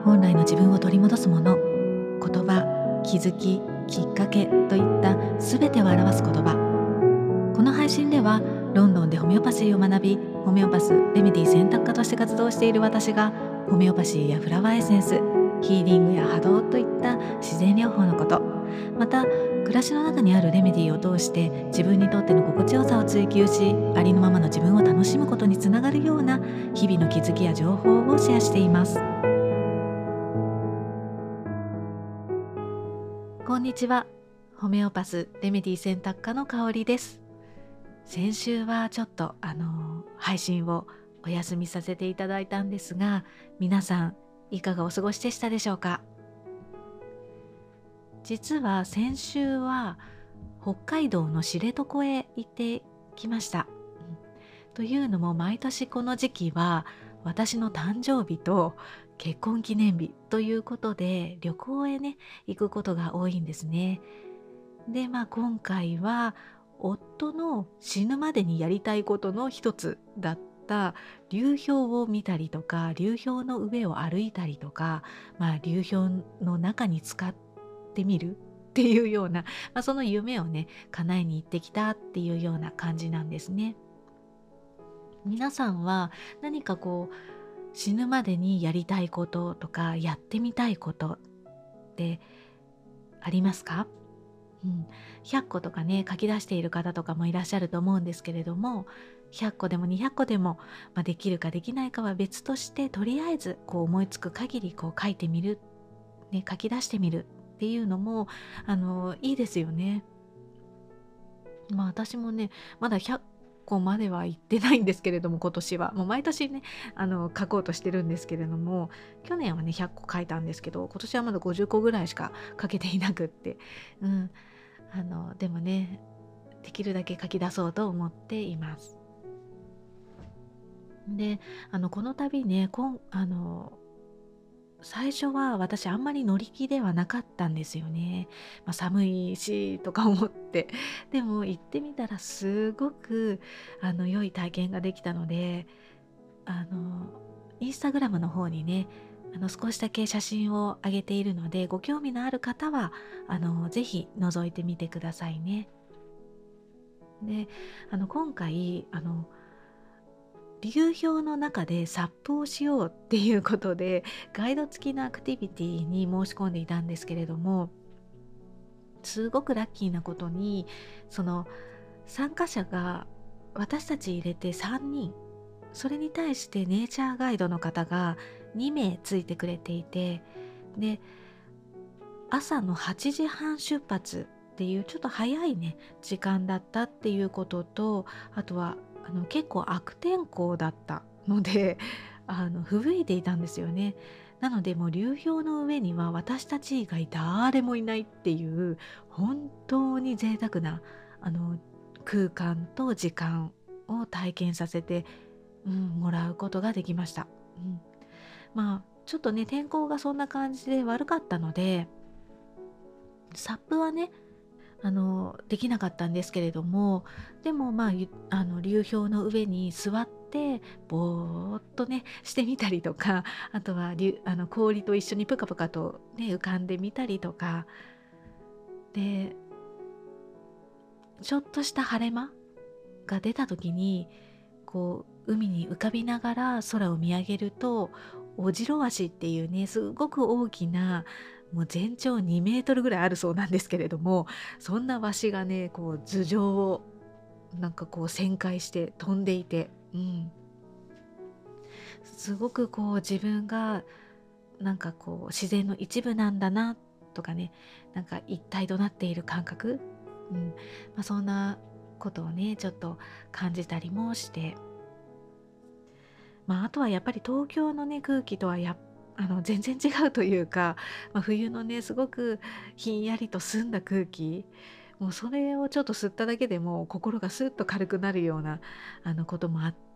本来の自分を取り戻すもの、言葉、気づき、きっかけといった全てを表す言葉。この配信ではロンドンでホメオパシーを学び、ホメオパスレメディ選択科として活動している私が、ホメオパシーやフラワーエッセンス、ヒーリングや波動といった自然療法のこと、また暮らしの中にあるレメディを通して自分にとっての心地よさを追求し、ありのままの自分を楽しむことにつながるような日々の気づきや情報をシェアしています。こんにちは。ホメオパスレメディ選択科の香りです。先週はちょっと配信をお休みさせていただいたんですが、皆さんいかがお過ごしでしたでしょうか。実は先週は北海道の知床へ行ってきました。というのも毎年この時期は私の誕生日と結婚記念日ということで旅行へね行くことが多いんですね。で今回は夫の死ぬまでにやりたいことの一つだった流氷を見たりとか、流氷の上を歩いたりとか、流氷の中に浸かってみるっていうような、その夢をね叶えに行ってきたっていうような感じなんですね。皆さんは何か死ぬまでにやりたいこととかやってみたいことってありますか？100個とかね書き出している方とかもいらっしゃると思うんですけれども、100個でも200個でも、できるかできないかは別として、とりあえず思いつく限り書いてみる、書き出してみるっていうのもいいですよね。私もねまだ100個までは行ってないんですけれども、今年はもう毎年ね書こうとしてるんですけれども、去年はね100個書いたんですけど、今年はまだ50個ぐらいしか書けていなくって、でもねできるだけ書き出そうと思っています。でこの度ね最初は私あんまり乗り気ではなかったんですよね。寒いしとか思って。でも行ってみたらすごく良い体験ができたので、インスタグラムの方にね少しだけ写真を上げているので、ご興味のある方はぜひ覗いてみてくださいね。で今回流氷の中でサップをしようっていうことでガイド付きのアクティビティに申し込んでいたんですけれども、すごくラッキーなことにその参加者が私たち入れて3人、それに対してネイチャーガイドの方が2名ついてくれていて、で朝の8時半出発っていうちょっと早いね時間だったっていうことと、あとは結構悪天候だったので吹雪いていたんですよね。なのでもう流氷の上には私たち以外誰もいないっていう本当に贅沢な空間と時間を体験させて、もらうことができました。ちょっとね天候がそんな感じで悪かったのでサップはねできなかったんですけれども、でも流氷の上に座ってぼーっとねしてみたりとか、あとは氷と一緒にプカプカとね浮かんでみたりとかで、ちょっとした晴れ間が出た時に海に浮かびながら空を見上げると、オジロワシっていうねすごく大きな、もう全長2メートルぐらいあるそうなんですけれども、そんなワシがね頭上を旋回して飛んでいて、すごく自分が自然の一部なんだなとかね、一体となっている感覚、そんなことをねちょっと感じたりもして、あとはやっぱり東京のね空気とは全然違うというか、冬のねすごくひんやりと澄んだ空気、もうそれをちょっと吸っただけでも心がスッと軽くなるようなこともあって、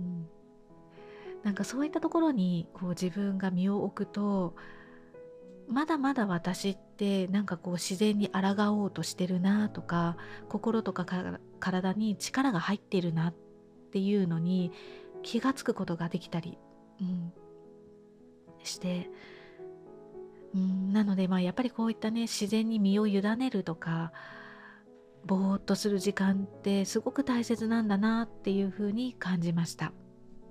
そういったところに自分が身を置くと、まだまだ私って自然に抗おうとしてるなとか、心とか体に力が入っているなっていうのに気がつくことができたり、 して、なのでやっぱりこういったね、自然に身を委ねるとか、ぼーっとする時間ってすごく大切なんだなっていうふうに感じました。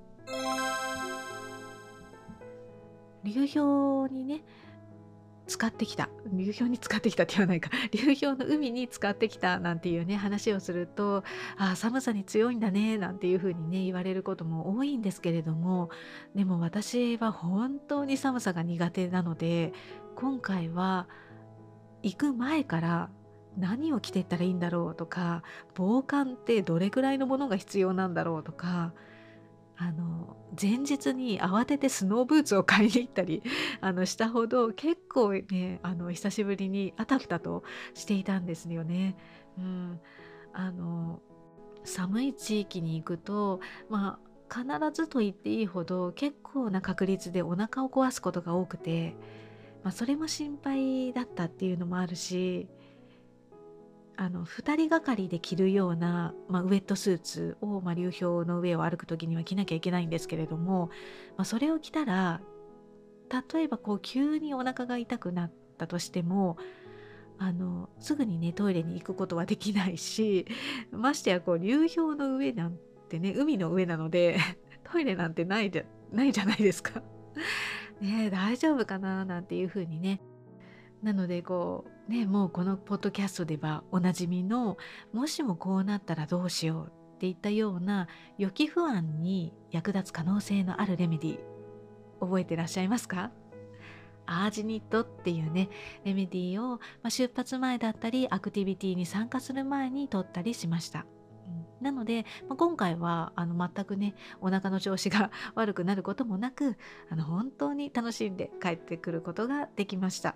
流氷にね、流氷に使ってきたって言わないか、流氷の海に使ってきたなんていうね、話をすると、ああ、寒さに強いんだね、なんていう風にね、言われることも多いんですけれども、でも私は本当に寒さが苦手なので、今回は行く前から何を着てったらいいんだろうとか、防寒ってどれくらいのものが必要なんだろうとか、前日に慌ててスノーブーツを買いに行ったりしたほど、結構ね、久しぶりにあたふたとしていたんですよね。うん、あの寒い地域に行くと、必ずと言っていいほど結構な確率でお腹を壊すことが多くて、それも心配だったっていうのもあるし、2人がかりで着るような、ウェットスーツを、流氷の上を歩く時には着なきゃいけないんですけれども、それを着たら、例えば急にお腹が痛くなったとしても、すぐにねトイレに行くことはできないし、ましてや流氷の上なんてね、海の上なのでトイレなんてないじゃないですかねえ、大丈夫かななんていうふうにね。なのでもうこのポッドキャストではおなじみの、もしもこうなったらどうしようっていったような予期不安に役立つ可能性のあるレメディ、覚えてらっしゃいますか？アージニットっていうね、レメディを、出発前だったりアクティビティに参加する前に取ったりしました。なので、今回は全くね、お腹の調子が悪くなることもなく、本当に楽しんで帰ってくることができました。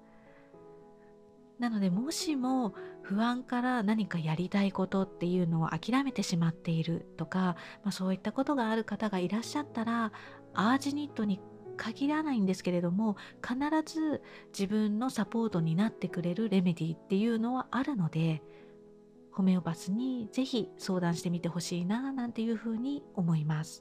なので、もしも不安から何かやりたいことっていうのを諦めてしまっているとか、そういったことがある方がいらっしゃったら、アージニットに限らないんですけれども、必ず自分のサポートになってくれるレメディっていうのはあるので、ホメオパスにぜひ相談してみてほしいななんていうふうに思います。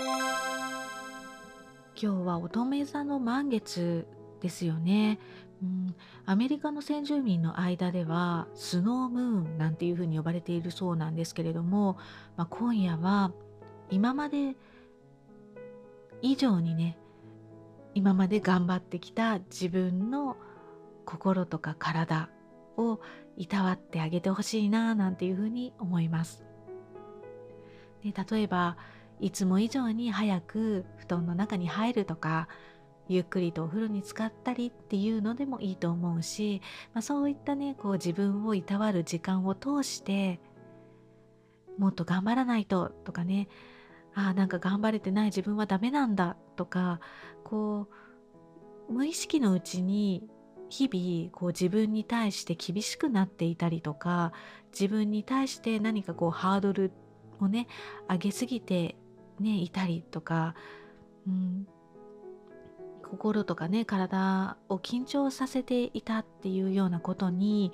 今日は乙女座の満月ですよね。アメリカの先住民の間ではスノームーンなんていうふうに呼ばれているそうなんですけれども、今夜は今まで以上にね、今まで頑張ってきた自分の心とか体をいたわってあげてほしいななんていうふうに思います。で、例えばいつも以上に早く布団の中に入るとか、ゆっくりとお風呂に浸かったりっていうのでもいいと思うし、そういったね、自分をいたわる時間を通して、もっと頑張らないととかね、なんか頑張れてない自分はダメなんだとか、無意識のうちに日々自分に対して厳しくなっていたりとか、自分に対して何かハードルをね上げすぎてねいたりとか、心とかね体を緊張させていたっていうようなことに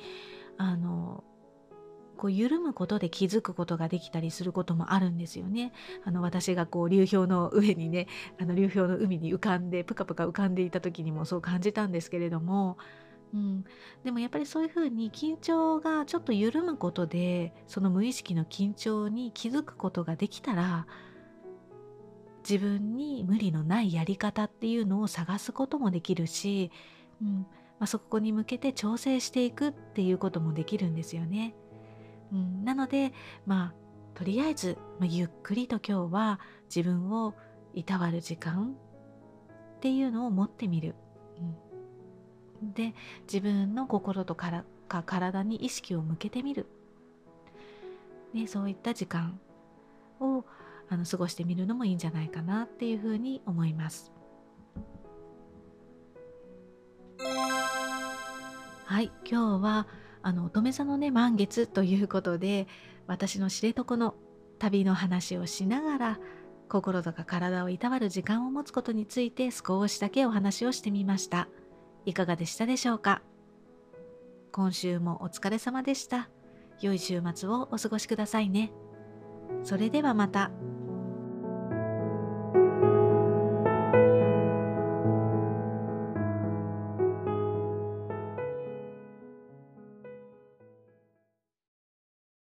緩むことで気づくことができたりすることもあるんですよね。私が流氷の上にね、流氷の海に浮かんでぷかぷか浮かんでいた時にもそう感じたんですけれども、でもやっぱりそういうふうに緊張がちょっと緩むことで、その無意識の緊張に気づくことができたら、自分に無理のないやり方っていうのを探すこともできるし、そこに向けて調整していくっていうこともできるんですよね。なので、とりあえず、ゆっくりと今日は自分をいたわる時間っていうのを持ってみる。で、自分の心と体に意識を向けてみる。そういった時間を過ごしてみるのもいいんじゃないかなっていうふうに思います。はい、今日は乙女座のね満月ということで、私の知床の旅の話をしながら、心とか体をいたわる時間を持つことについて少しだけお話をしてみました。いかがでしたでしょうか？今週もお疲れ様でした。良い週末をお過ごしくださいね。それではまた。